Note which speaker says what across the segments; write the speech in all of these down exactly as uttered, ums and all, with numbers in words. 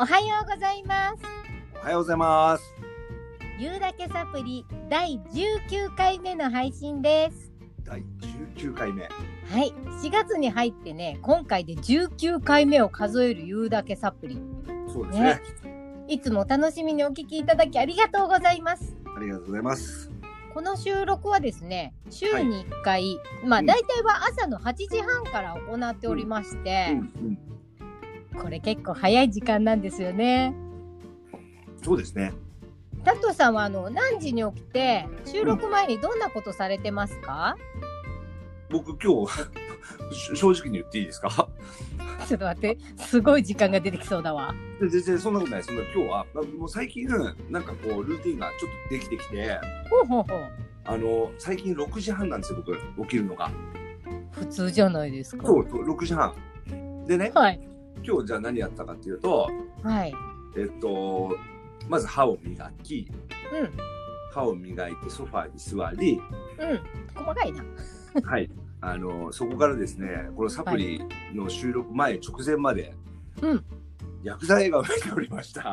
Speaker 1: おはようございます。
Speaker 2: おはようございます。
Speaker 1: 言うだけサプリだいじゅうきゅうかいめの配信です。
Speaker 2: だいじゅうきゅうかいめ。
Speaker 1: はい、しがつに入ってね、今回でじゅうきゅうかいめを数える言うだけサプリ。
Speaker 2: そうですね。
Speaker 1: いつも楽しみにお聞きいただきありがとうございます。
Speaker 2: ありがとうございます。
Speaker 1: この収録はですね、週にいっかい、はい、まあ、
Speaker 2: うん、
Speaker 1: だいたいは朝のはちじはんから行っておりまして、うんうんうん、これ結構早い時間なんですよね。
Speaker 2: そうですね。
Speaker 1: タットさんはあの何時に起きて収録前にどんなことされてますか？
Speaker 2: うん、僕今日正直に言っていいですか？
Speaker 1: ちょっと待って、すごい時間が出てきそうだわ。
Speaker 2: 全然そんなことない。そんな今日はもう最近なんかこうルーティンがちょっとできてきて、
Speaker 1: ほうほうほう。
Speaker 2: あの最近ろくじはんなんですよ、僕起きるのが。
Speaker 1: 普通じゃないですか。
Speaker 2: そうろくじはんでね、
Speaker 1: はい、
Speaker 2: 今日じゃあ何やったかっていうと、
Speaker 1: はい、
Speaker 2: えっとまず歯を磨き、
Speaker 1: うん、
Speaker 2: 歯を磨いてソファーに座り、
Speaker 1: うん、細かいな。
Speaker 2: はい、あのそこからですね、このサプリの収録前、はい、直前まで、うん、薬剤映画を見ておりました。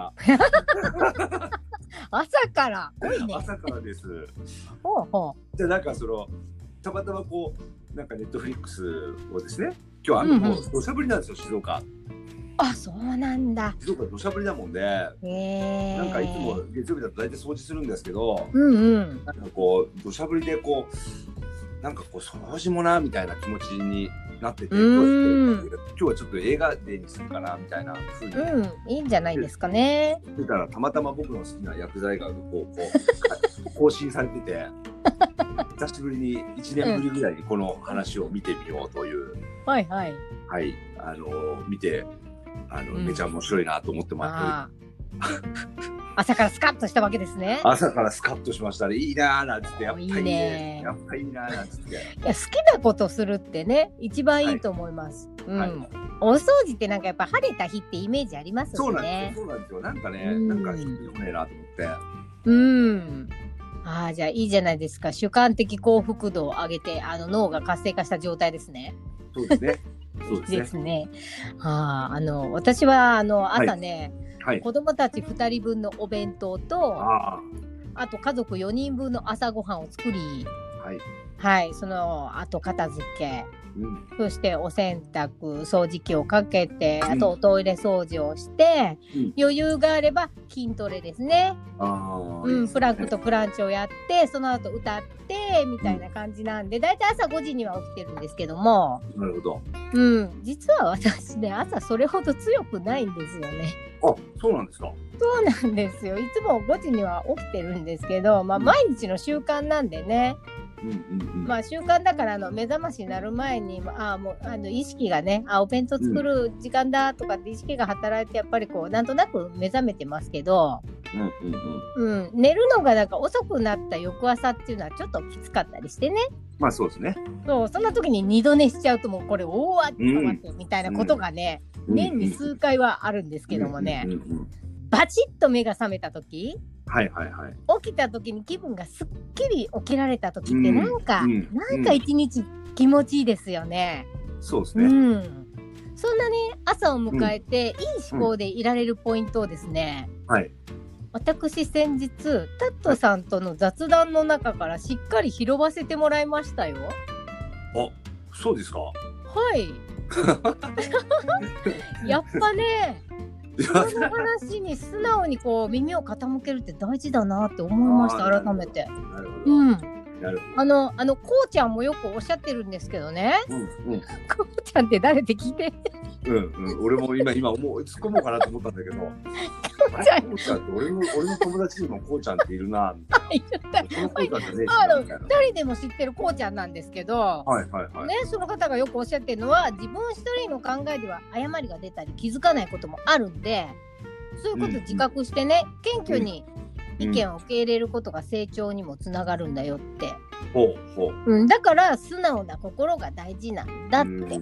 Speaker 1: 朝から多いね。
Speaker 2: 朝からです。
Speaker 1: ほうほ
Speaker 2: う。でなんかそのたまたまこうなんかネットフリックスをですね、今日あの、うんうん、土砂降りなんですよ、静岡。
Speaker 1: あ、そうなんだ。
Speaker 2: 静岡土砂降りだもんで、
Speaker 1: へ
Speaker 2: なんかいつも月曜日だと大体掃除するんですけど、
Speaker 1: うんうん、
Speaker 2: なんかこう土砂降りでこうなんかこう掃除もなみたいな気持ちになってて、今日はちょっと映画デーにするかなみたいな風に、
Speaker 1: うん、いいんじゃないですかね。
Speaker 2: 言ってたらたまたま僕の好きな薬剤がこうこう更新されてて久しぶりにいちねんぶりぐらいにこの話を見てみようという、うん、
Speaker 1: はいはい
Speaker 2: はいあの見てあの、うん、めちゃ面白いなと思ってます。
Speaker 1: 朝からスカッとしたわけですね。
Speaker 2: 朝からスカッとしましたね。いいなーなんつって、やっぱりいいね、やっぱりいいなーなんつって。いや、
Speaker 1: 好きなことするってね、一番いいと思います。はい、うん、はい、お掃除ってなんかやっぱ晴れた日ってイメージありますよね。
Speaker 2: そうなんですよ、そうなんですよ。なんかね、うん、なんかいいよねーなと思って。
Speaker 1: うん。ああ、じゃあいいじゃないですか。主観的幸福度を上げて、あの脳が活性化した状態ですね。
Speaker 2: そうですね。そうですね。
Speaker 1: ですね。はあ、あの私はあの朝ね。はいはい、子供たちふたりぶんのお弁当と あ, あと家族よにんぶんの朝ごはんを作り、はいはい、そのあと片付け、うん、そしてお洗濯掃除機をかけて、うん、あとおトイレ掃除をして、うん、余裕があれば筋トレですね。あ、うん、プランクとクランチをやってその後歌ってみたいな感じなんで、だいたい朝ごじには起きてるんですけども。
Speaker 2: なるほど。
Speaker 1: うん、実は私ね、朝それほど強くないんですよね。
Speaker 2: あ、そうなんですか。
Speaker 1: そうなんですよ。いつもごじには起きてるんですけど、まあ、毎日の習慣なんでね、うんうんうん、まあ習慣だからあの目覚ましになる前にあもうあの意識がね、あお弁当作る時間だとかって意識が働いてやっぱりこうなんとなく目覚めてますけど、うんうんうんうん、寝るのがなんか遅くなった翌朝っていうのはちょっときつかったりしてね。
Speaker 2: まあそうですね。
Speaker 1: そう、そんな時に二度寝しちゃうともうこれ大あってかまってみたいなことがね、うん、年に数回はあるんですけどもね、うんうんうんうん、バチッと目が覚めた時、はいはいはい、起きた時に気分がすっきり起きられた時ってなんか、うんうん、なんか一日気持ちいいですよね。
Speaker 2: そうですね、うん、
Speaker 1: そんなに朝を迎えて、いい思考でいられるポイントをですね、うん、はい、私先日タットさんとの雑談の中からしっかり拾わせてもらいましたよ。
Speaker 2: あ、そうですか。
Speaker 1: はいやっぱね、人の話に素直にこう耳を傾けるって大事だなって思いました。改めて。
Speaker 2: なるほど。うん。なるほど。
Speaker 1: あのあのこうちゃんもよくおっしゃってるんですけどね。うんうん。こうちゃんって誰って聞いて。
Speaker 2: うんうん。俺も今今思う突っ込もうかなと思ったんだけど。こうちゃん。こうちゃんって俺の俺の友達にもこうちゃんっているなみたいな。そのこうちゃんじゃねえしなみたいな。
Speaker 1: 誰でも知ってるこうちゃんなんですけど。はいはいはい。ね、その方がよくおっしゃってるのは自分一人の考えでは誤りが出たり気づかないこともあるんで。そういうことを自覚してね、うん、謙虚に意見を受け入れることが成長にもつながるんだよって、うん、ほうほう、うん、だから素直な心が大事なんだって、うん、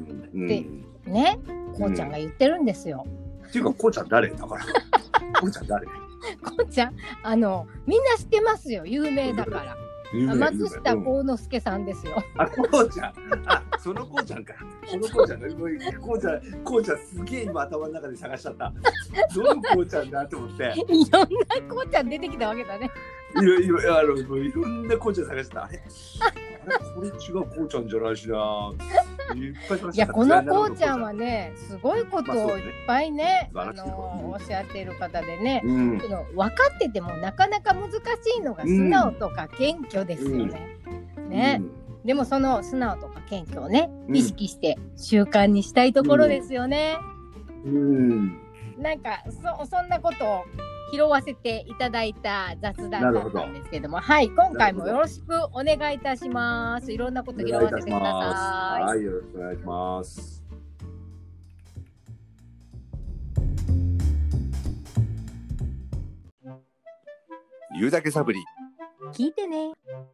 Speaker 1: でね、こうちゃんが言ってるんですよ。
Speaker 2: っていうかこうちゃん誰だからこうちゃん誰こ
Speaker 1: うちゃんあのみんな知ってますよ、有名だから。松下幸之助さんですよ。
Speaker 2: あ、こうちゃん。あ、 そのこうちゃんか。そのこうちゃんが、こうちゃん、こうちゃんすげえ今頭の中で探しちゃった。どのこうちゃんだと思って。
Speaker 1: いろんなこうちゃん出てきたわけだね。
Speaker 2: いろいろあのもういろんなこうちゃん探した。あれ、あれこれ違うこうちゃんじゃないしな。いっぱい探した。
Speaker 1: いやこのこうちゃんはね、すごいことをいっぱいね、まあね、あのおっしゃっている方でね、うん、その分かっててもなかなか難しいのが素直とか謙虚ですよね。うん、ね。うんでもその素直とか謙虚をね、うん、意識して習慣にしたいところですよね。うん、なんか そ, そんなことを拾わせていただいた雑談だったんですけども、はい、今回もよろしくお願いいたします。いろんなこと拾わせてください。
Speaker 2: はい、よろしくお願いします。言うだけサブリ
Speaker 1: 聞いてね。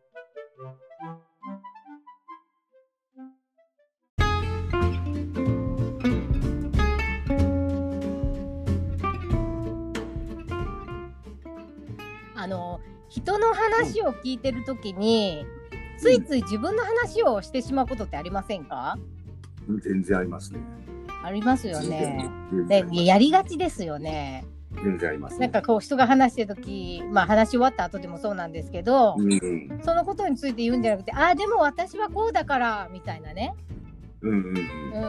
Speaker 1: あの人の話を聞いてるときに、うん、ついつい自分の話をしてしまうことってありませんか？
Speaker 2: 全然ありますね。
Speaker 1: ありますよね。で、やりがちですよね。
Speaker 2: 全然あります、ね。
Speaker 1: なんかこう人が話してるとき、まあ話し終わった後でもそうなんですけど、うん、そのことについて言うんじゃなくて、ああでも私はこうだからみたいなね。
Speaker 2: うんうんうん。うん、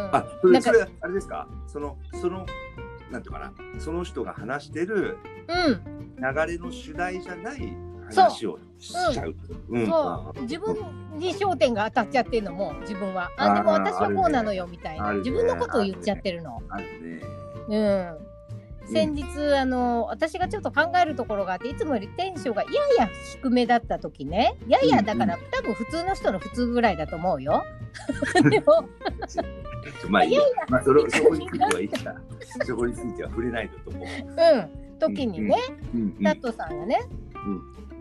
Speaker 2: あ、それそれあれですか？そのそのなんていうかな、その人が話してる流れの主題じゃない話をしちゃう。
Speaker 1: うんうん、そう自分に焦点が当たっちゃってるのも自分はあでも私はこうなのよみたいな、ね、自分のことを言っちゃってるの。あるね。うん。先日、うん、あの私がちょっと考えるところがあって、いつもよりテンションがやや低めだった時ね、ややだから、うんうん、多分普通の人の普通ぐらいだと思うよ。でも
Speaker 2: まあいいや、まあ、そ, そこについてはいいからそこについては触れないと思う。
Speaker 1: うん時にね、タットさんがね、うん、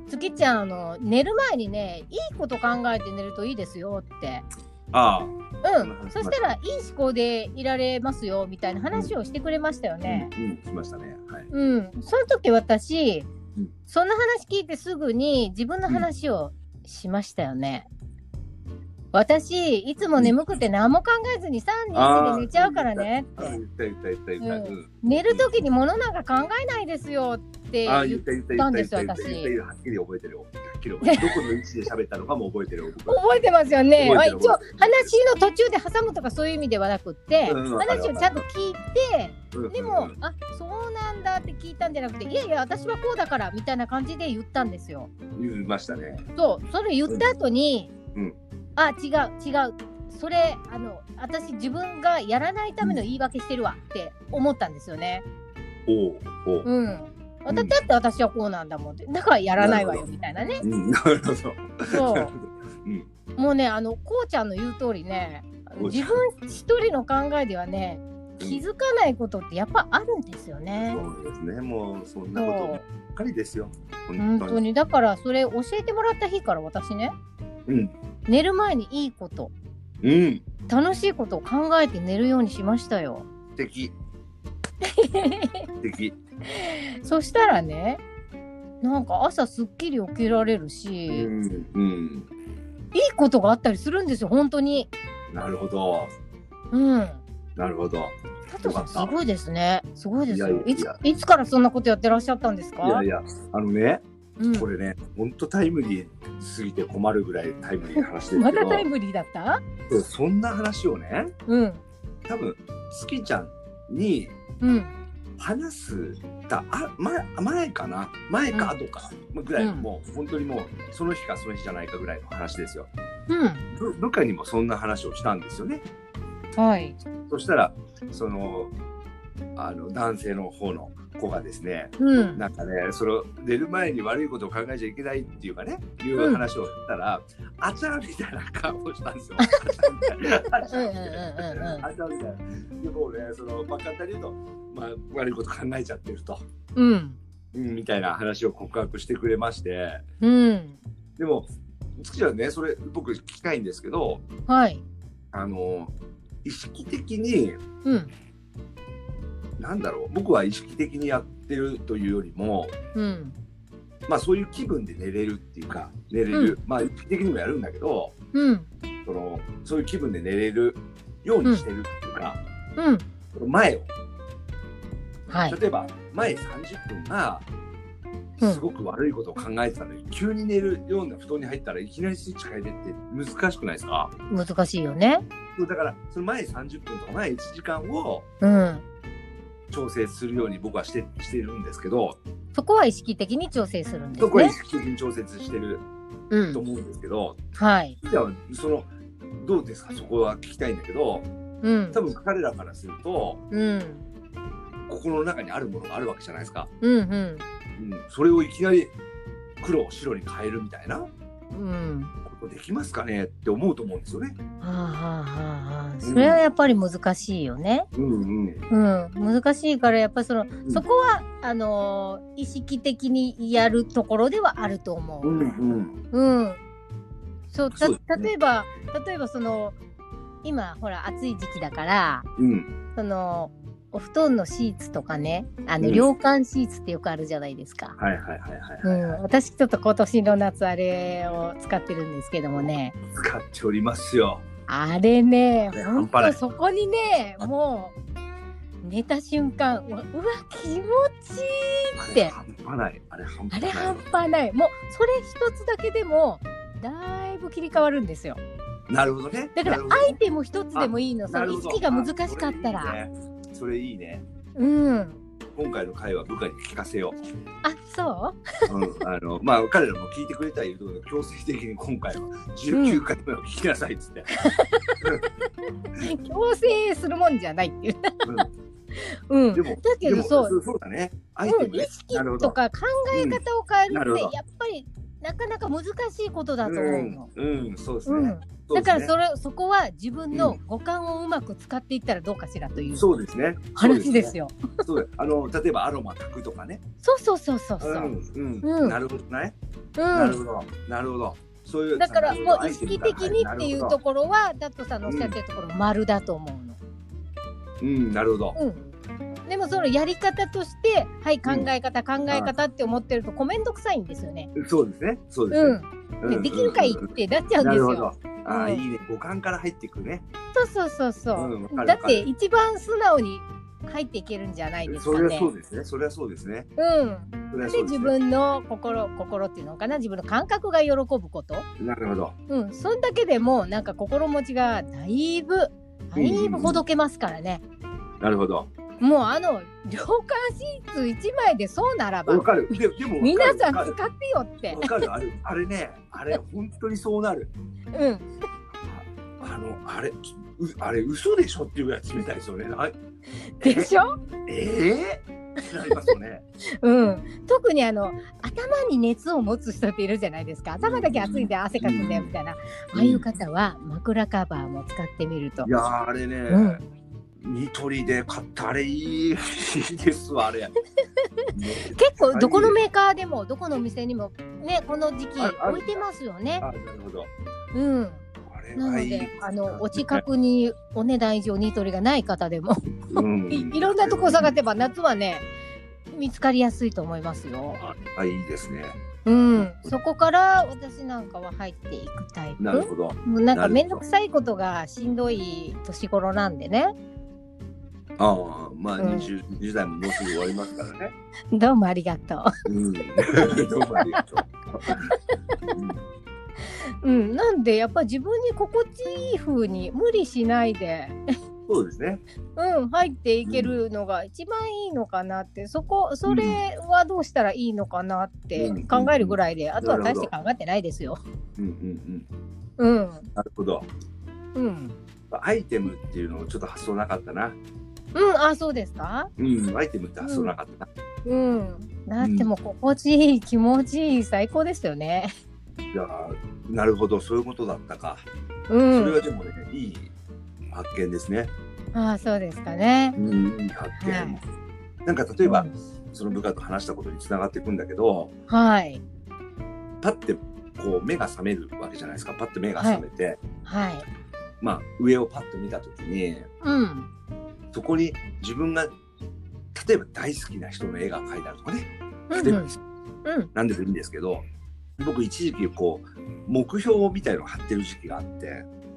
Speaker 1: 月ちゃんあの寝る前にねいいこと考えて寝るといいですよって。ああうん、そしたらいい思考でいられますよみたいな話をしてくれましたよね。
Speaker 2: うん、うん、しましたね。はい。
Speaker 1: うん、その時私、うん、そんな話聞いてすぐに自分の話をしましたよね。うん、私いつも眠くて何も考えずにさんにいちで寝ちゃうからねって。寝る時に物なんか考えないですよって言ったんですよ私。
Speaker 2: はっきり覚えてるよ。どこの位置で喋ったのかも覚えてる。
Speaker 1: 覚えてますよね。一応話の途中で挟むとかそういう意味ではなくって、うん、話をちゃんと聞いて、うん、でも、うん、あそうなんだって聞いたんじゃなくて、いやいや私はこうだからみたいな感じで言ったんですよ。
Speaker 2: 言いましたね。
Speaker 1: そうそれ言った後に、うん、あ違う違うそれあの私自分がやらないための言い訳してるわって思ったんですよね。
Speaker 2: おうおう
Speaker 1: うんだって私はこうなんだもんってだからやらないわよみたいなね。
Speaker 2: なるほど。そう、
Speaker 1: うん、もうねあのこうちゃんの言う通りね自分一人の考えではね気づかないことってやっぱあるんですよね。
Speaker 2: そうですねもうそんなことばっかりですよ
Speaker 1: 本当に。本当にだからそれ教えてもらった日から私ね、うん、寝る前にいいこと、うん、楽しいことを考えて寝るようにしましたよ。
Speaker 2: 素敵素敵
Speaker 1: そしたらねなんか朝すっきり起きられるし、うんうん、いいことがあったりするんですよ本当に。
Speaker 2: なるほど。
Speaker 1: うん
Speaker 2: なるほど。
Speaker 1: 佐藤さんすごいですね。すごいですよ。いやいやいやいついつからそんなことやってらっしゃったんですか？
Speaker 2: いやいやあのね、うん、これね本当タイムリーすぎて困るぐらいタイムリーな話ですけど
Speaker 1: またタイムリーだった？
Speaker 2: そんな話をね、うん、多分月ちゃんに、うん話すだあ 前, 前かな前か後かぐらい、うん、もう本当にもうその日かその日じゃないかぐらいの話ですよ、うん、部下にもそんな話をしたんですよね。
Speaker 1: はい
Speaker 2: そしたらそのあの男性の方の子がですね、うん、なんかねその寝る前に悪いことを考えちゃいけないっていうかねいう話をしたら、うん、あちゃーみたいな顔をしたんですよ。あちゃーみたいなあちゃーみたいなでもねそのバカに言うと、まあ、悪いこと考えちゃってると、うんうん、みたいな話を告白してくれまして、うん、でも月ちゃんねそれ僕聞きたいんですけど、はい、あの意識的に、うんなんだろう僕は意識的にやってるというよりも、うん、まあそういう気分で寝れるっていうか寝れる、うん、まあ意識的にもやるんだけど、うん、そのそういう気分で寝れるようにしてるっていうか、
Speaker 1: うん、
Speaker 2: 前を、
Speaker 1: はい、
Speaker 2: 例えば前さんじゅっぷんがすごく悪いことを考えてたのに、うん、急に寝るような布団に入ったらいきなりスイッチ変えてって難しくないですか？
Speaker 1: 難しいよね。
Speaker 2: だからその前さんじゅっぷんとか前いちじかんを調整するように僕はしてしているんですけど、
Speaker 1: そこは意識的に調整するんですね。
Speaker 2: そこは意識的に調節してると思うんですけど、
Speaker 1: うん、はい。
Speaker 2: じゃあそのどうですか、そこは聞きたいんだけど、うん、多分彼らからすると、うん、心の中にあるものがあるわけじゃないですか。
Speaker 1: うんうんうん、
Speaker 2: それをいきなり黒を白に変えるみたいな、
Speaker 1: うん、
Speaker 2: ことできますかねって思うと思うんですよね。
Speaker 1: はあはあはあ、それはやっぱり難しいよね。うんうんうん、難しいからやっぱりその、うん、そこはあのー、意識的にやるところではあると思う。うんうんうん、そう、たそうですね、例えば例えばその今ほら暑い時期だから、うん、そのお布団のシーツとかね、あの、うん、涼感シーツってよくあるじゃないですか。
Speaker 2: はいはいはいはい、はい、
Speaker 1: うん、私ちょっと今年の夏あれを使ってるんですけどもね。
Speaker 2: 使っておりますよ。
Speaker 1: あれね、ほんとそこにね、もう寝た瞬間、うわ気持ちいいって。
Speaker 2: あれ半端ない。あれ半端ない。
Speaker 1: あれ半端ない。もうそれ一つだけでもだいぶ切り替わるんですよ。
Speaker 2: なるほどね。
Speaker 1: だからアイテム一つでもいいの。その意識が難しかったら。
Speaker 2: それいいね。
Speaker 1: うん。
Speaker 2: 今回の会話部下に聞かせよう。
Speaker 1: あ、そう？
Speaker 2: うん、あのまあ彼らも聞いてくれたらいいけど、強制的に今回はじゅうきゅうかいめを聞きなさいっつって。
Speaker 1: うん、強制するもんじゃないっていう。うん。うん、でもだけどそう。
Speaker 2: そうだね。アイテムね。
Speaker 1: 意識とか考え方を変えるって、うん、やっぱりなかなか難しいことだと思うの。
Speaker 2: うん、うん、そうですね。うん
Speaker 1: だからそれそこは自分の五感をうまく使っていったらどうかしらという
Speaker 2: そうですね
Speaker 1: 話ですよ。
Speaker 2: そうですね。あの例えばアロマ炊くとかね。
Speaker 1: そうそうそうそうそう。
Speaker 2: うんうん。なるほどね。なるほどなるほど。そういう
Speaker 1: だからもう意識的にっていうところはダットさんのおっしゃってるところ丸だと思うの。
Speaker 2: うん、なるほど。うん。
Speaker 1: でもそのやり方としてはい考え方、うん、考え方って思ってるとコメント臭いんですよね。
Speaker 2: そうですねそうですね。
Speaker 1: うん、で, できるかいってなっちゃうんですよ。なるほど。
Speaker 2: ああ、いいね。五感から入っていくね。
Speaker 1: そうそうそうそう、うん、だって一番素直に入っていけるんじゃないですかね。
Speaker 2: それはそうですね。それはそうですね。
Speaker 1: うん。で、ね、自分の心心っていうのかな、自分の感覚が喜ぶこと。
Speaker 2: なるほど。
Speaker 1: うん、そんだけでもなんか心持ちがだいぶだいぶほどけますからね。
Speaker 2: うんうん、なるほど。
Speaker 1: もうあの涼感シーツいちまいでそうならば
Speaker 2: わかる。ででも
Speaker 1: 皆さん使ってよって。
Speaker 2: わかる。あれあれね、あれ本当にそうなる。
Speaker 1: うん。
Speaker 2: あのあれうあれ嘘でしょっていうぐらい冷たいですよね。
Speaker 1: でしょ？
Speaker 2: ええー、なりますよね。
Speaker 1: うん。特にあの頭に熱を持つ人っているじゃないですか。頭だけ熱いんで汗かくんだよみたいな。うん、ああいう方は枕カバーも使ってみると。
Speaker 2: いやあれね。うんニトリで買ったあれいい、いいですわあれ。
Speaker 1: 結構どこのメーカーでもどこのお店にもねこの時期置いてますよね。
Speaker 2: あ、なるほど。
Speaker 1: うん。あれなのであのお近くにお値段以上ニトリがない方でも、うん、い, いろんなとこ探せば夏はね見つかりやすいと思いますよ。
Speaker 2: あ、いいですね。
Speaker 1: うん、そこから私なんかは入っていくタイプ。
Speaker 2: なるほど。
Speaker 1: もうなんか面倒くさいことがしんどい年頃なんでね。
Speaker 2: ああ、まあ、うん、にじゅう代ももうすぐ終わりますからね。
Speaker 1: どうもありがとう。うん、どうもありがとう。うん、うん、なんでやっぱ自分に心地いい風に無理しないで。
Speaker 2: そうですね。
Speaker 1: うん、入っていけるのが一番いいのかなって、そこ、それはどうしたらいいのかなって考えるぐらいで、うん、あとは大して考えてないですよ。
Speaker 2: うんうんうん。うん。なるほど。
Speaker 1: うん。
Speaker 2: アイテムっていうのをちょっと発想なかったな。
Speaker 1: うん、あ、そうですか。
Speaker 2: うん、アイテムって発想なかったな。
Speaker 1: うん、うん、だってもう心地いい、気持ちいい、最高ですよね。
Speaker 2: いや、なるほど、そういうことだったか。うん、それはでもね、いい発見ですね。
Speaker 1: ああ、そうですかね。
Speaker 2: うん、いい発見。はい、なんか例えば、うん、その部下と話したことに繋がっていくんだけど、
Speaker 1: はい。
Speaker 2: パッてこう目が覚めるわけじゃないですか。パッて目が覚めて、
Speaker 1: はい。はい、
Speaker 2: まあ上をパッと見たときに、
Speaker 1: うん。
Speaker 2: そこに自分が例えば大好きな人の絵が描いてあるとかね、例えばです、うん、何でもいいんですけど、僕一時期こう目標みたいのを貼ってる時期があって、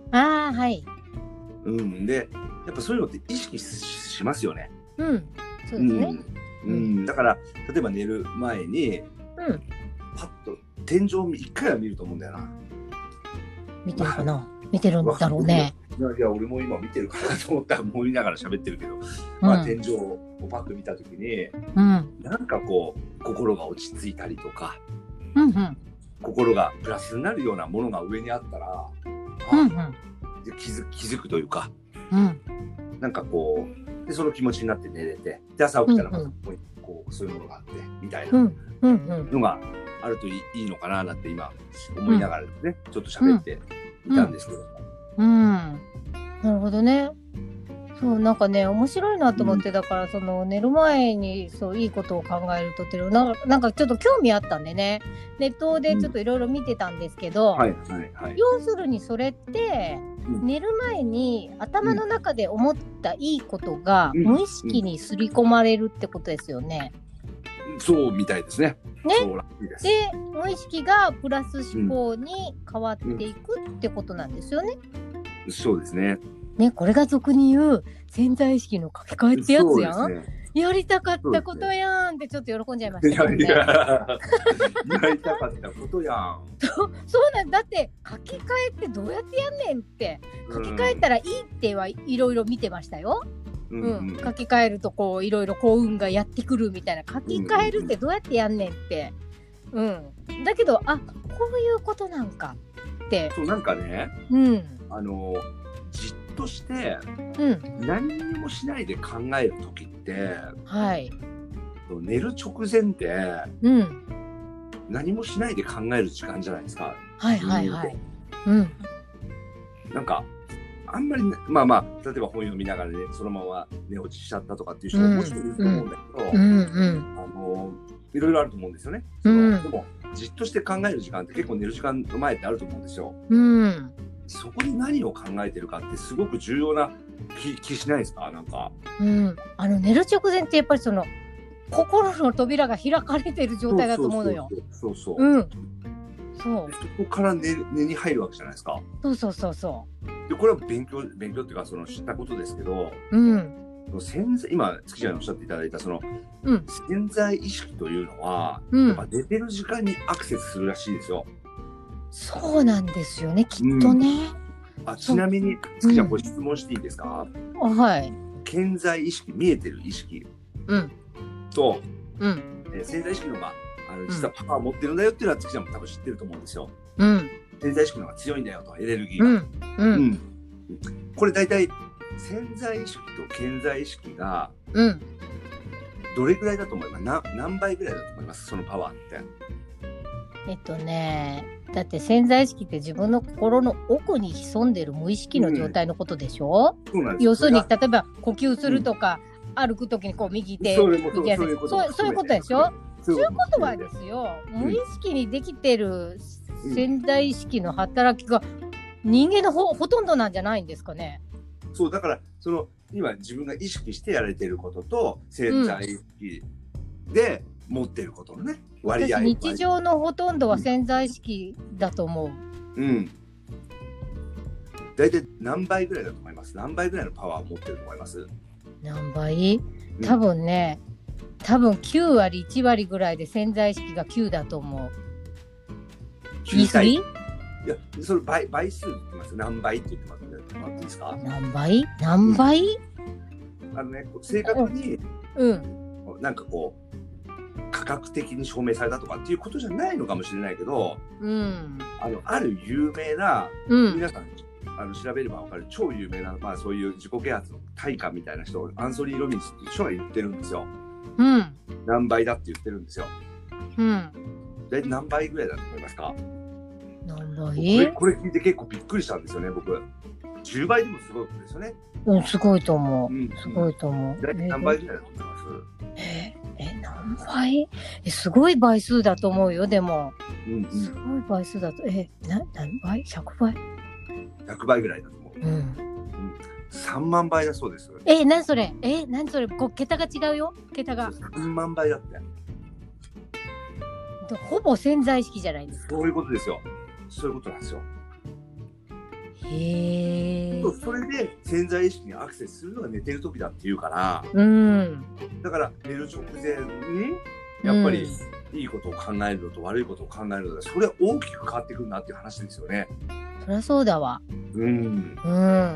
Speaker 1: ああ、はい。
Speaker 2: うん、でやっぱそういうのって意識 し, しますよね。
Speaker 1: うん、そうですね。
Speaker 2: うん、うん、だから例えば寝る前に、うん、パッと天井を一回は見ると思うんだよな。
Speaker 1: 見てるかな、見てるんだろうね。
Speaker 2: いやいや俺も今見てるかなと思ったら思いながら喋ってるけど、まあ、天井をパッと見たときに、うん、なんかこう心が落ち着いたりとか、うんうん、心がプラスになるようなものが上にあったら、うんうん、で 気づ、気づくというか、うん、なんかこうでその気持ちになって寝れて、で朝起きたらまたこうそういうものがあってみたいなのがあるとい い, いいのかななんて今思いながらね、うん、ちょっと喋っていたんですけど、
Speaker 1: うんうん、なるほどね。そうなんかね面白いなと思って、うん、だからその寝る前にそういいことを考えるとっていうのなんかちょっと興味あったんでね、ネットでちょっといろいろ見てたんですけど、うんはいはいはい、要するにそれって、うん、寝る前に頭の中で思ったいいことが無意識に刷り込まれるってことですよね。
Speaker 2: うんうん、そうみたいですね。
Speaker 1: ねで無意識がプラス思考に変わっていくってことなんですよね。
Speaker 2: うん、そうですね。
Speaker 1: ね、これが俗に言う潜在意識の書き換えってやつやん、ね、やりたかったことやんってちょっと喜んじゃいましたけどね。いやいや
Speaker 2: やりたかったことやん
Speaker 1: そうなんだって書き換えってどうやってやんねんって書き換えたらいいってはいろいろ見てましたよ、うんうん、書き換えるとこういろいろ幸運がやってくるみたいな、書き換えるってどうやってやんねんって、うん、だけどあこういうことなんかって
Speaker 2: そうなんかね、うん、あのじっとして、うん、何にもしないで考える時って、はい、寝る直前って、うん、何もしないで考える時間じゃないですか。
Speaker 1: はいはいはい。うん、
Speaker 2: なんかあんまり、ね、まあまあ例えば本読みながらねそのまま寝落ちしちゃったとかっていう人ももちろんいると思うんだけど、うんうん、あのいろいろあると思うんですよね。その、うん、でもじっとして考える時間って結構寝る時間の前ってあると思うんですよ。うんそこで何を考えてるかってすごく重要な 気, 気しないですか？なんか、
Speaker 1: うん、あの寝る直前ってやっぱりその心の扉が開かれてる状態だと思うのよ。
Speaker 2: そうそうそうそう、
Speaker 1: うん、そう
Speaker 2: そこから 寝, 寝に入るわけじゃないですか。
Speaker 1: そうそうそうそう
Speaker 2: でこれは勉強勉強っていうかその知ったことですけど、うん、潜在今月ちゃんにおっしゃっていただいたその、うん、潜在意識というのは、うん、やっぱ寝てる時間にアクセスするらしいですよ。
Speaker 1: そうなんですよねきっとね、
Speaker 2: うん、あちなみに月ちゃんご質問していいですか？
Speaker 1: うん、はい
Speaker 2: 潜在意識見えてる意識、うん、と、うんえー、潜在意識のがあの実はパワーを持ってるんだよっていうのは月ちゃんも多分知ってると思うんですよ、うん、潜在意識の方が強いんだよとエネルギーが、うんうんうん、これ大体潜在意識と潜在意識がどれぐらいだと思います？な何倍ぐらいだと思います？そのパワーって。
Speaker 1: えっとねだって潜在意識って自分の心の奥に潜んでる無意識の状態のことでしょ、うん、そうなんです。要するに例えば呼吸するとか、うん、歩くときにこう右手右手そういうことでしょ。そういうことはですよ、うん、無意識にできてる潜在意識の働きが人間の ほ, ほとんどなんじゃないんですかね。
Speaker 2: そうだからその今自分が意識してやれてることと潜在意識で持ってることのね、うん、割合。
Speaker 1: 日常のほとんどは潜在意識だと思う。うん。
Speaker 2: 大体何倍ぐらいだと思います？何倍ぐらいのパワーを持ってると思います？
Speaker 1: 何倍？多分ね、うん、多分きゅうわりいちわりぐらいで潜在意識がきゅうだと思う。言い過ぎ？い
Speaker 2: や、それ 倍, 倍数って言ってます。何倍って言ってもらっていいですか？
Speaker 1: 何倍？何倍？
Speaker 2: うん、あのね、正確に、うん、なんかこう科学的に証明されたとかっていうことじゃないのかもしれないけど、うん、あのある有名な、うん、皆さんあの調べれば分かる超有名な、まあ、そういう自己啓発の大家みたいな人アンソニー・ロビンスっていう人が言ってるんですよ、うん、何倍だって言ってるんですよ、うん、大体何倍ぐらいだと思いますか？
Speaker 1: 何倍？
Speaker 2: これ、これ聞いて結構びっくりしたんですよね。僕じゅうばいでもすごいことですよね。
Speaker 1: うん、すごいと思う、うん、すごいと思う。
Speaker 2: 大体何倍ぐらいだと思います？
Speaker 1: えーえ、何倍？え、すごい倍数だと思うよ、でも。うんうん、すごい倍数だと、え、な、何倍？ ひゃく 倍？ ひ
Speaker 2: ゃく 倍ぐらいだと思う。うん。うん、さんまんばいだそうです。
Speaker 1: え、何それ？え、何それ？こう、桁が違うよ、桁が。
Speaker 2: さんまんばいだって。
Speaker 1: ほぼ潜在意識じゃないですか。
Speaker 2: そういうことですよ。そういうことなんですよ。
Speaker 1: へ
Speaker 2: そうそれで潜在意識にアクセスするのが寝てる時だっていうから、
Speaker 1: うん、
Speaker 2: だから寝る直前にやっぱりいいことを考えるのと悪いことを考えるのとそれは大きく変わってくるなっていう話ですよね。
Speaker 1: そりゃそうだわ。
Speaker 2: うん、
Speaker 1: うん、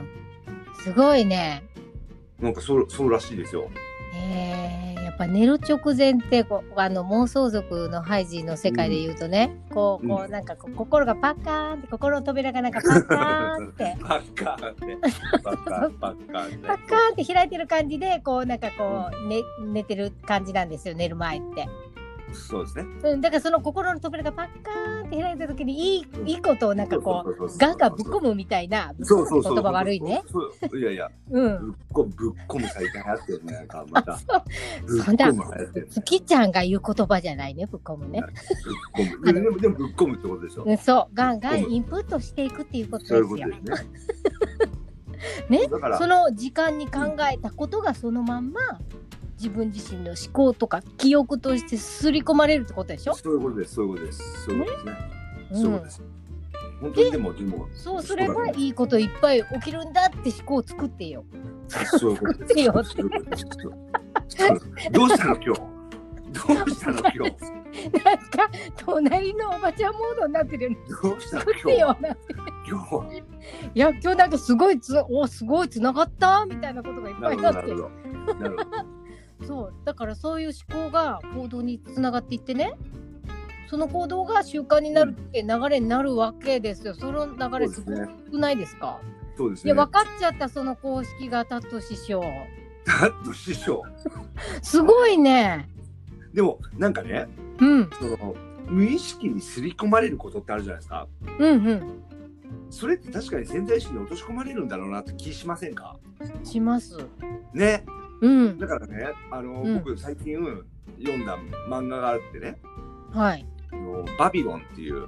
Speaker 1: すごいね。
Speaker 2: なんかそうそうらしいですよ。
Speaker 1: えー、やっぱ寝る直前ってこうあの妄想族のハイジの世界で言うとね、うん、こうこうなんかこう心がパッカーンって心の扉がなんかパッカーンって
Speaker 2: パッカーンってパッカーンパッカーンって
Speaker 1: パッカーンって開いてる感じでこうなんかこう、ね、寝てる感じなんですよ寝る前って。
Speaker 2: そうですね、
Speaker 1: うん、だからその心の扉がパッカーンって開いた時にいい、いいことをなんかこうガンガンぶっ込むみたいなぶっ込むって言葉悪いね。
Speaker 2: いやいや、
Speaker 1: うん、
Speaker 2: ぶっ込むぶっ込む最近流行ってるねなんかまた
Speaker 1: そんな月ちゃんが言う言葉じゃないねぶっ込むね。
Speaker 2: ぶっ込むでもでもぶっ込むってことでしょ。
Speaker 1: そうガンガンインプットしていくっていうことですよ。そういうことですね。ね、その時間に考えたことがそのまんま自分自身の思考とか記憶としてすり込まれるってことでしょ。
Speaker 2: そういうことですそういうことですそういうことですね。そういうことです。本当にでもでも
Speaker 1: そうすればいいこといっぱい起きるんだって思考を作ってよ。
Speaker 2: そういうことです。
Speaker 1: 作ってよって。
Speaker 2: どうしたの今日。どうしたの今日。なんか
Speaker 1: 隣のおばちゃんモードになってるよね。
Speaker 2: どうしたの
Speaker 1: 今日。作ってよなって。
Speaker 2: 今日。
Speaker 1: いや今日なんかすごいつおすごいつながったみたいなことがいっぱいなってる。なるほど。そうだからそういう思考が行動につながっていってねその行動が習慣になるって流れになるわけですよ。その流れすごくないですか。
Speaker 2: そうですね。
Speaker 1: いや分かっちゃったその公式がタット師匠。
Speaker 2: タット師匠
Speaker 1: すごいね。
Speaker 2: でもなんかね、
Speaker 1: うん、
Speaker 2: その無意識に刷り込まれることってあるじゃないですか。
Speaker 1: うんうん。
Speaker 2: それって確かに潜在意識に落とし込まれるんだろうなって気しませんか。
Speaker 1: します
Speaker 2: ね。
Speaker 1: うん、
Speaker 2: だからね、あの、うん、僕最近読んだ漫画があってね、
Speaker 1: はい、
Speaker 2: あのバビロンっていう、うん、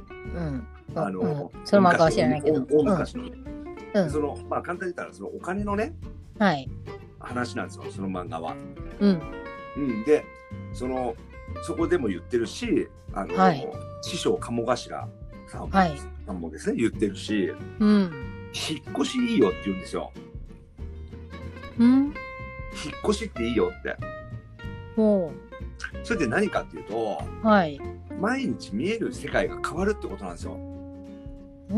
Speaker 1: あの、うん、その漫画は知らないけど、
Speaker 2: 大昔の、
Speaker 1: うん、
Speaker 2: そのまあ簡単に言ったらそのお金のね、
Speaker 1: はい、
Speaker 2: 話なんですよその漫画は。
Speaker 1: うん、
Speaker 2: うん、で、そのそこでも言ってるし、あの、はい、師匠鴨頭さんも、はい、さんもですね言ってるし、
Speaker 1: うん、
Speaker 2: 引っ越しいいよって言うんですよ。
Speaker 1: うん。
Speaker 2: 引っ越しっていいよって。
Speaker 1: ほ
Speaker 2: う。それで何かっていうと、
Speaker 1: はい、
Speaker 2: 毎日見える世界が変わるってことなんですよ。
Speaker 1: うん。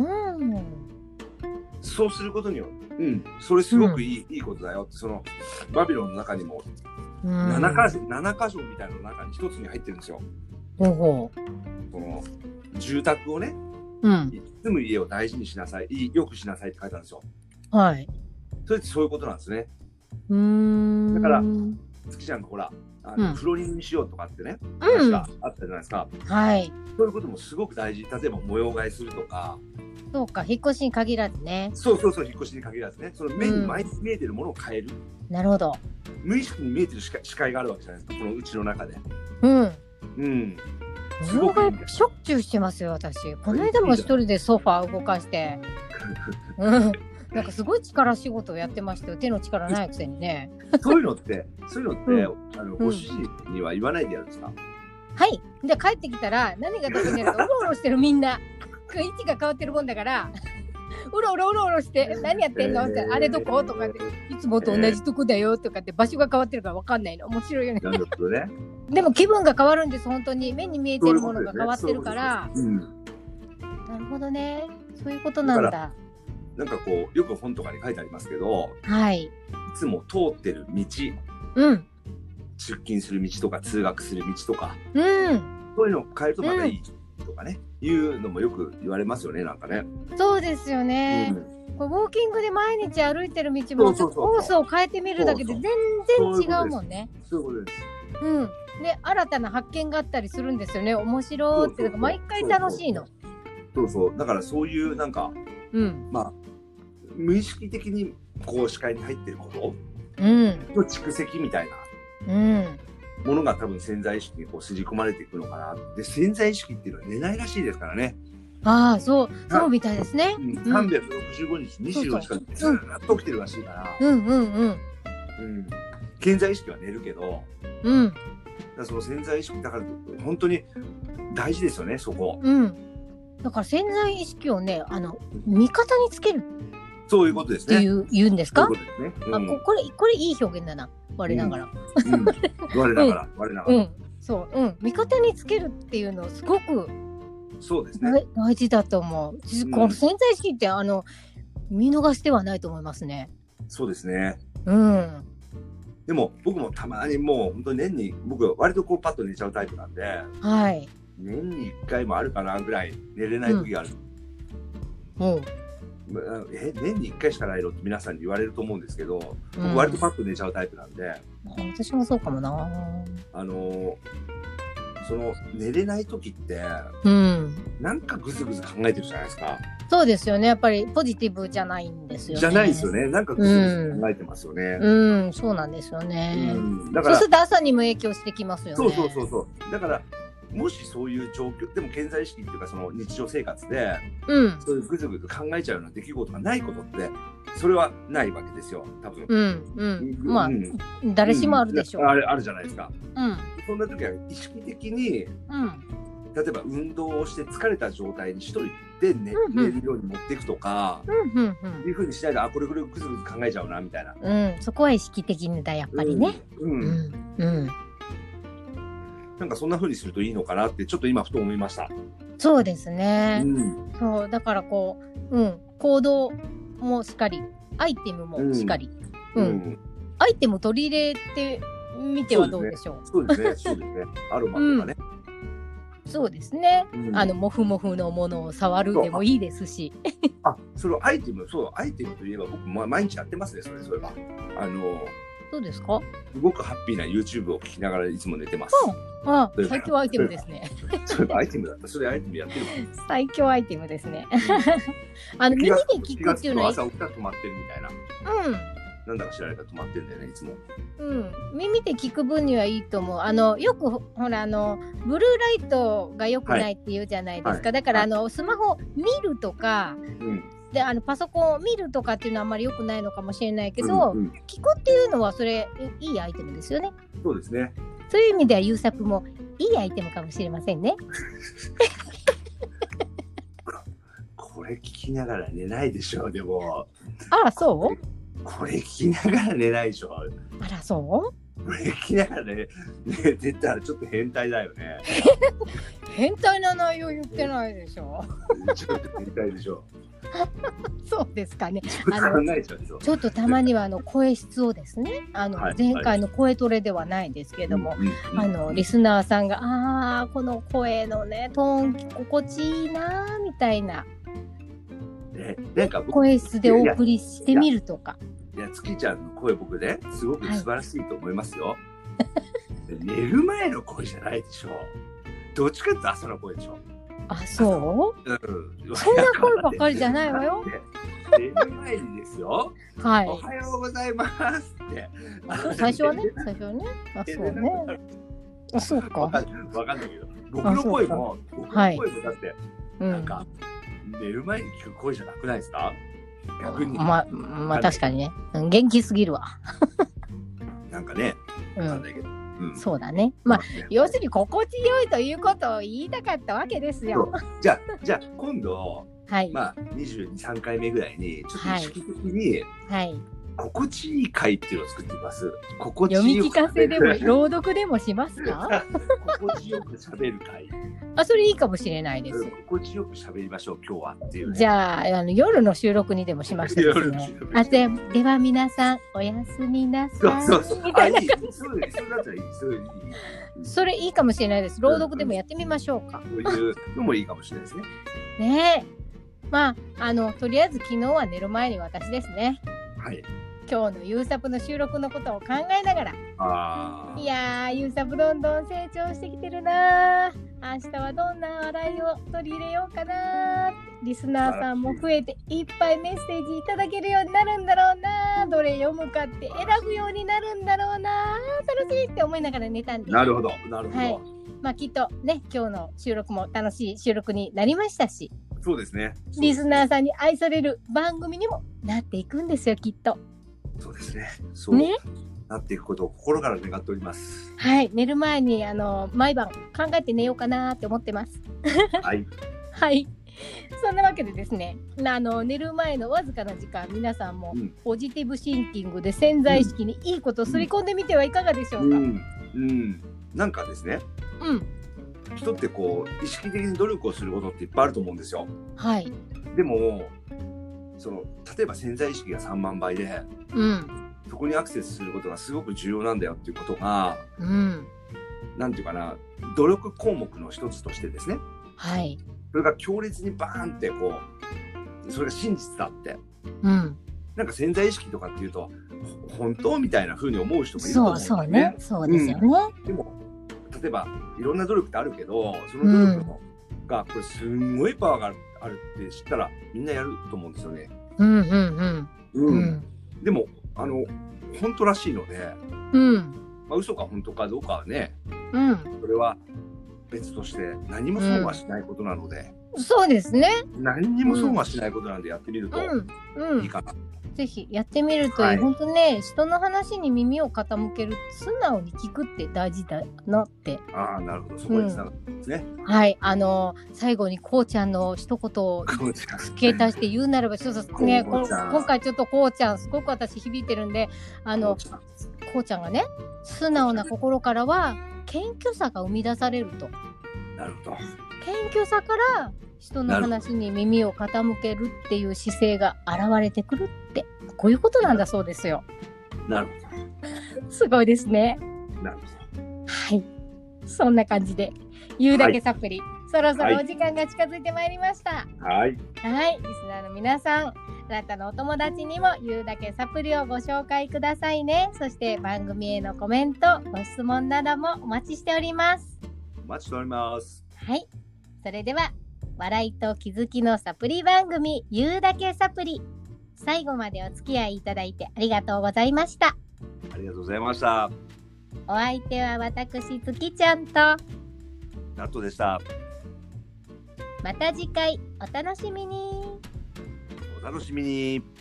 Speaker 2: そうすることによって、うん、それすごくいい、うん、いいことだよって。そのバビロンの中にもななかしょ、ななかしょみたいなの中に一つに入ってるんですよ。
Speaker 1: ほうほう。
Speaker 2: その住宅をね、
Speaker 1: うん、
Speaker 2: 住む家を大事にしなさい、よくしなさいって書いてあるんですよ。
Speaker 1: はい。
Speaker 2: それってそういうことなんですね。
Speaker 1: うーん。
Speaker 2: だから月ちゃんがほらあの、うん、フローリングにしようとかってね、
Speaker 1: 話
Speaker 2: があったじゃないですか、
Speaker 1: うん、はい。
Speaker 2: そういうこともすごく大事。例えば模様替えするとか。
Speaker 1: そうか、引っ越しに限らずね。
Speaker 2: そうそうそう、引っ越しに限らずね。その目に毎日見えてるものを変える、
Speaker 1: うん、なるほど。
Speaker 2: 無意識に見えてる視界、視界があるわけじゃないですか、このうちの中で。
Speaker 1: うん
Speaker 2: うん
Speaker 1: すごくいいんです。しょっちゅうしてますよ私。この間も一人でソファー動かしてうんなんかすごい力仕事をやってましたよ。手の力ないくせにね。
Speaker 2: そういうのって、そういうのって、うん、あのご主人には言わないでやるんですか。うん、
Speaker 1: はい。で帰ってきたら何が特にやるかうろうろしてるみんな。位置が変わってるもんだから。うろうろうろうろして何やってんのって、えー、あれどことかっていつもと同じとこだよとかって場所が変わってるから分かんないの。面白いよね。
Speaker 2: なるほどね。
Speaker 1: でも気分が変わるんです本当に。目に見えてるものが変わってるから。
Speaker 2: ううううん、
Speaker 1: なるほどね。そういうことなんだ。
Speaker 2: なんかこうよく本とかに書いてありますけど、
Speaker 1: はい、い
Speaker 2: つも通ってる道、
Speaker 1: うん、
Speaker 2: 出勤する道とか通学する道とか、
Speaker 1: うん、
Speaker 2: そういうのを変えるとまたいいとかね、うん、いうのもよく言われますよね。なんかね。
Speaker 1: そうですよね、うん、こうウォーキングで毎日歩いてる道もちょっとコースを変えてみるだけで全然違うもんね。
Speaker 2: そういうことです。
Speaker 1: うん、で新たな発見があったりするんですよね。面白いって。毎回楽しいの。
Speaker 2: そうそう、だからそういうなんか、
Speaker 1: うん、
Speaker 2: まあ無意識的にこう視界に入ってること
Speaker 1: の
Speaker 2: 蓄積みたい
Speaker 1: な、うん、
Speaker 2: ものが多分潜在意識にこう刷り込まれていくのかな。で潜在意識っていうのは寝ないらしいですからね。
Speaker 1: ああそうそうみたいですね。
Speaker 2: うん、さんびゃくろくじゅうごにちにじゅうよじかんずっと起きてるらしいから。
Speaker 1: うんうんうん。
Speaker 2: うん。潜在意識は寝るけど、
Speaker 1: うん。
Speaker 2: だからその潜在意識だから本当に大事ですよねそこ。
Speaker 1: うん。だから潜在意識をねあの味方につける。
Speaker 2: そういうことですね。
Speaker 1: っていう言うんですか？
Speaker 2: そういうことですね。うん、
Speaker 1: あここれこれいい表現だな。我ながら。
Speaker 2: うんうん、我ながら、我ながら。
Speaker 1: うん、そう、うん、味方につけるっていうのすごく
Speaker 2: そうですね。
Speaker 1: 大事だと思う。うん、この潜在意識ってあの見逃してはないと思いますね。
Speaker 2: そうですね。
Speaker 1: うん。
Speaker 2: でも僕もたまにもう本当に年に僕割とこうパッと寝ちゃうタイプなんで、
Speaker 1: はい。
Speaker 2: 年にいっかいもあるかなぐらい寝れない時がある。
Speaker 1: うん。うん、
Speaker 2: え年にいっかいしかないのって皆さんに言われると思うんですけど、うん、僕割とパッと寝ちゃうタイプなんで。
Speaker 1: 私もそうかもな。
Speaker 2: あのその寝れない時って、
Speaker 1: うん、
Speaker 2: なんかぐずぐず考えてるじゃないですか。
Speaker 1: そうですよね。やっぱりポジティブじゃないんですよね。
Speaker 2: じゃないですよね。なんかぐずぐず考えてますよね。
Speaker 1: うん、うん、そうなんですよね。うん、だからそうすると朝にも影響してきますよね。
Speaker 2: そうそうそうそう。だからもしそういう状況でも潜在意識っていうかその日常生活で、うん、そういうぐずぐず考えちゃうような出来事がないことってそれはないわけですよ多分。
Speaker 1: うんうん。まあ、うん、誰しもあるでしょう。
Speaker 2: うん、あるあるじゃないですか。
Speaker 1: うん。
Speaker 2: そんな時は意識的に、うん、例えば運動をして疲れた状態にしといて 寝,、うん、寝るように持っていくとか、うんうんうん、いうふうにしないとあこれぐらいぐずぐず考えちゃうなみたいな。
Speaker 1: うん、そこは意識的にだやっぱりね。うん。うんうん
Speaker 2: なんかそんな風にするといいのかなってちょっと今ふと思いました。
Speaker 1: そうですね。うん、そうだからこう、うん、行動もしっかり、アイテムもしっかり、うんうん、アイテム取り入れてみてはどうでしょう。
Speaker 2: そうですね。そうですね。アロマとかね。
Speaker 1: うん、そうですね。うん、あのモフモフのものを触るでもいいですし。
Speaker 2: あ、それアイテム、そうアイテムといえば僕も毎日やってますね。それそういえばあの。
Speaker 1: そうですか。
Speaker 2: すごくハッピーな YouTube を聞きながらいつも寝てます。
Speaker 1: うん、ああ最強アイテムですね。
Speaker 2: それアイテムだった。それアイテムやってるわ。
Speaker 1: 最強アイテムですね。あの耳で聞くっていうのは
Speaker 2: 朝起きたら止まってるみたいな。うん。なんだか知らないから止まってるんだよねいつも。
Speaker 1: うん。耳で聞く分にはいいと思う。あのよくほらあのブルーライトが良くないって言うじゃないですか。はいはい、だからあのスマホ見るとか。うんであのパソコンを見るとかっていうのはあんまり良くないのかもしれないけど、うんうん、聞くっていうのはそれいいアイテムですよね。
Speaker 2: そうですね。
Speaker 1: そういう意味では優作もいいアイテムかもしれませんね。
Speaker 2: これ聞きながら寝ないでしょでも。
Speaker 1: あらそう
Speaker 2: これ聞きながら寝ないでしょ。
Speaker 1: あらそう
Speaker 2: これ聞きながらね寝てたらちょっと変態だよね。
Speaker 1: 変態な内容言ってないでしょ。
Speaker 2: ちょっと変態でしょ。
Speaker 1: そうですかね。
Speaker 2: あの
Speaker 1: ちょっとたまにはあの声質をですね、あの前回の声トレではないですけども、あのリスナーさんがああこの声のねトーン心地いいなみたいな、
Speaker 2: ね、なんか
Speaker 1: 声質でお送りしてみるとか。
Speaker 2: いや月ちゃんの声僕ねすごく素晴らしいと思いますよ。はい、寝る前の声じゃないでしょ。どっちかって朝の声でしょ。
Speaker 1: あ、そう、うん、そんな声ばっかりじゃないわよ。
Speaker 2: 寝る前にですよ。はい。おはようございますって。
Speaker 1: 最初はね、最初はね。あ、そうね。あ、そうか。
Speaker 2: わかんないけど、僕の声も、僕の声もだって、なんか、寝る前に聞く声じゃなくないですか？逆に。
Speaker 1: まあ、まあ確かにね。元気すぎるわ。
Speaker 2: なんかね、わかんないけど。
Speaker 1: うん、そうだね。まあ、要するに心地よいということを言いたかったわけですよ。
Speaker 2: じゃあ、じゃあ今度、はい、まあにじゅうに、さんかいめぐらいにちょっと意識的に、はい、心地いい回っていうのを作ってみます。心地
Speaker 1: よく読み聞かせでも朗読でもしますか？
Speaker 2: 心地よく喋る回。
Speaker 1: あ、それいいかもしれないです。
Speaker 2: 心地よく喋りましょう今日はっていう、ね。
Speaker 1: じゃあ、あの夜の収録にでもしましたですね。あ、で、では皆さんおやすみなさい。そうそうそう。みたいな感じ。
Speaker 2: そうです。それだったらいい。それいい。
Speaker 1: それいいかもしれないです。朗読でもやってみましょうか。
Speaker 2: そういうのもいいかもしれないですね。
Speaker 1: ねえ。まあ、あのとりあえず昨日は寝る前に私ですね。
Speaker 2: はい。
Speaker 1: 今日のユーサプの収録のことを考えながら、あいやーユーサプどんどん成長してきてるな。明日はどんな笑いを取り入れようかな。リスナーさんも増えていっぱいメッセージいただけるようになるんだろうな。どれ読むかって選ぶようになるんだろうな。楽しいって思いながら寝たんです。
Speaker 2: なるほどなるほど。はい、
Speaker 1: まあきっとね今日の収録も楽しい収録になりましたし。
Speaker 2: そうですね。
Speaker 1: リスナーさんに愛される番組にもなっていくんですよきっと。
Speaker 2: そうですね。そうね、なっていくことを心から願っております。
Speaker 1: はい、寝る前にあの毎晩考えて寝ようかなって思ってます。
Speaker 2: はい。
Speaker 1: はい。 そんなわけでですね、あの寝る前のわずかな時間、皆さんもポジティブシンキングで潜在意識にいいことをすり込んでみてはいかがでしょうか。うん
Speaker 2: うん、なんかですね、うん、人ってこう意識的に努力をすることっていっぱいあると思うんですよ。
Speaker 1: はい。
Speaker 2: でもその例えば潜在意識がさんまんばいで、うん、そこにアクセスすることがすごく重要なんだよっていうことが、うん、なんていうかな、努力項目の一つとしてですね、
Speaker 1: はい、
Speaker 2: それが強烈にバーンってこうそれが真実だって、うん、なんか潜在意識とかっていうと本当みたいな風に思う人もいると思うんですよね。
Speaker 1: そうそうね、そうですよね、
Speaker 2: うん、でも例えばいろんな努力ってあるけど、その努力の、うん、がこれすんごいパワーがあるって知ったらみんなやると思うんですよね。
Speaker 1: うんうんうんうん、うん、
Speaker 2: でもあの本当らしいので、うん、まあ、嘘か本当かどうかはね、うん、それは別として何も損はしないことなので、
Speaker 1: うん、そうですね、
Speaker 2: 何にも損はしないことなんでやってみるといいかな、うん
Speaker 1: うん、ぜひやってみるといい、はい、本当ね、人の話に耳を傾ける、素直に聞くって大事だなって。
Speaker 2: ああ、なるほど、そこにつながってますね、
Speaker 1: うん、はい、あの最後にこうちゃんの一言を付け足して言うならば、ちょっとね、今回ちょっとこうちゃんすごく私響いてるんで、あのこうちゃんがね、素直な心からは謙虚さが生み出されると。
Speaker 2: なるほど。
Speaker 1: 謙虚さから人の話に耳を傾けるっていう姿勢が現れてくるって、こういうことなんだそうですよ。
Speaker 2: なるほ
Speaker 1: ど。すごいですね。
Speaker 2: なるほど。
Speaker 1: はい。そんな感じで言うだけサプリ、はい、そろそろお時間が近づいてまいりました。
Speaker 2: はい。
Speaker 1: はい。リスナーの皆さん、あなたのお友達にも言うだけサプリをご紹介くださいね。そして番組へのコメント、ご質問などもお待ちしております。
Speaker 2: お待ちしております。
Speaker 1: はい。それでは笑いと気づきのサプリ番組、言うだけサプリ、最後までお付き合いいただいてありがとうございました。
Speaker 2: ありがとうございました。
Speaker 1: お相手は私、月ちゃんと
Speaker 2: ナットでした。
Speaker 1: また次回お楽しみに。
Speaker 2: お楽しみに。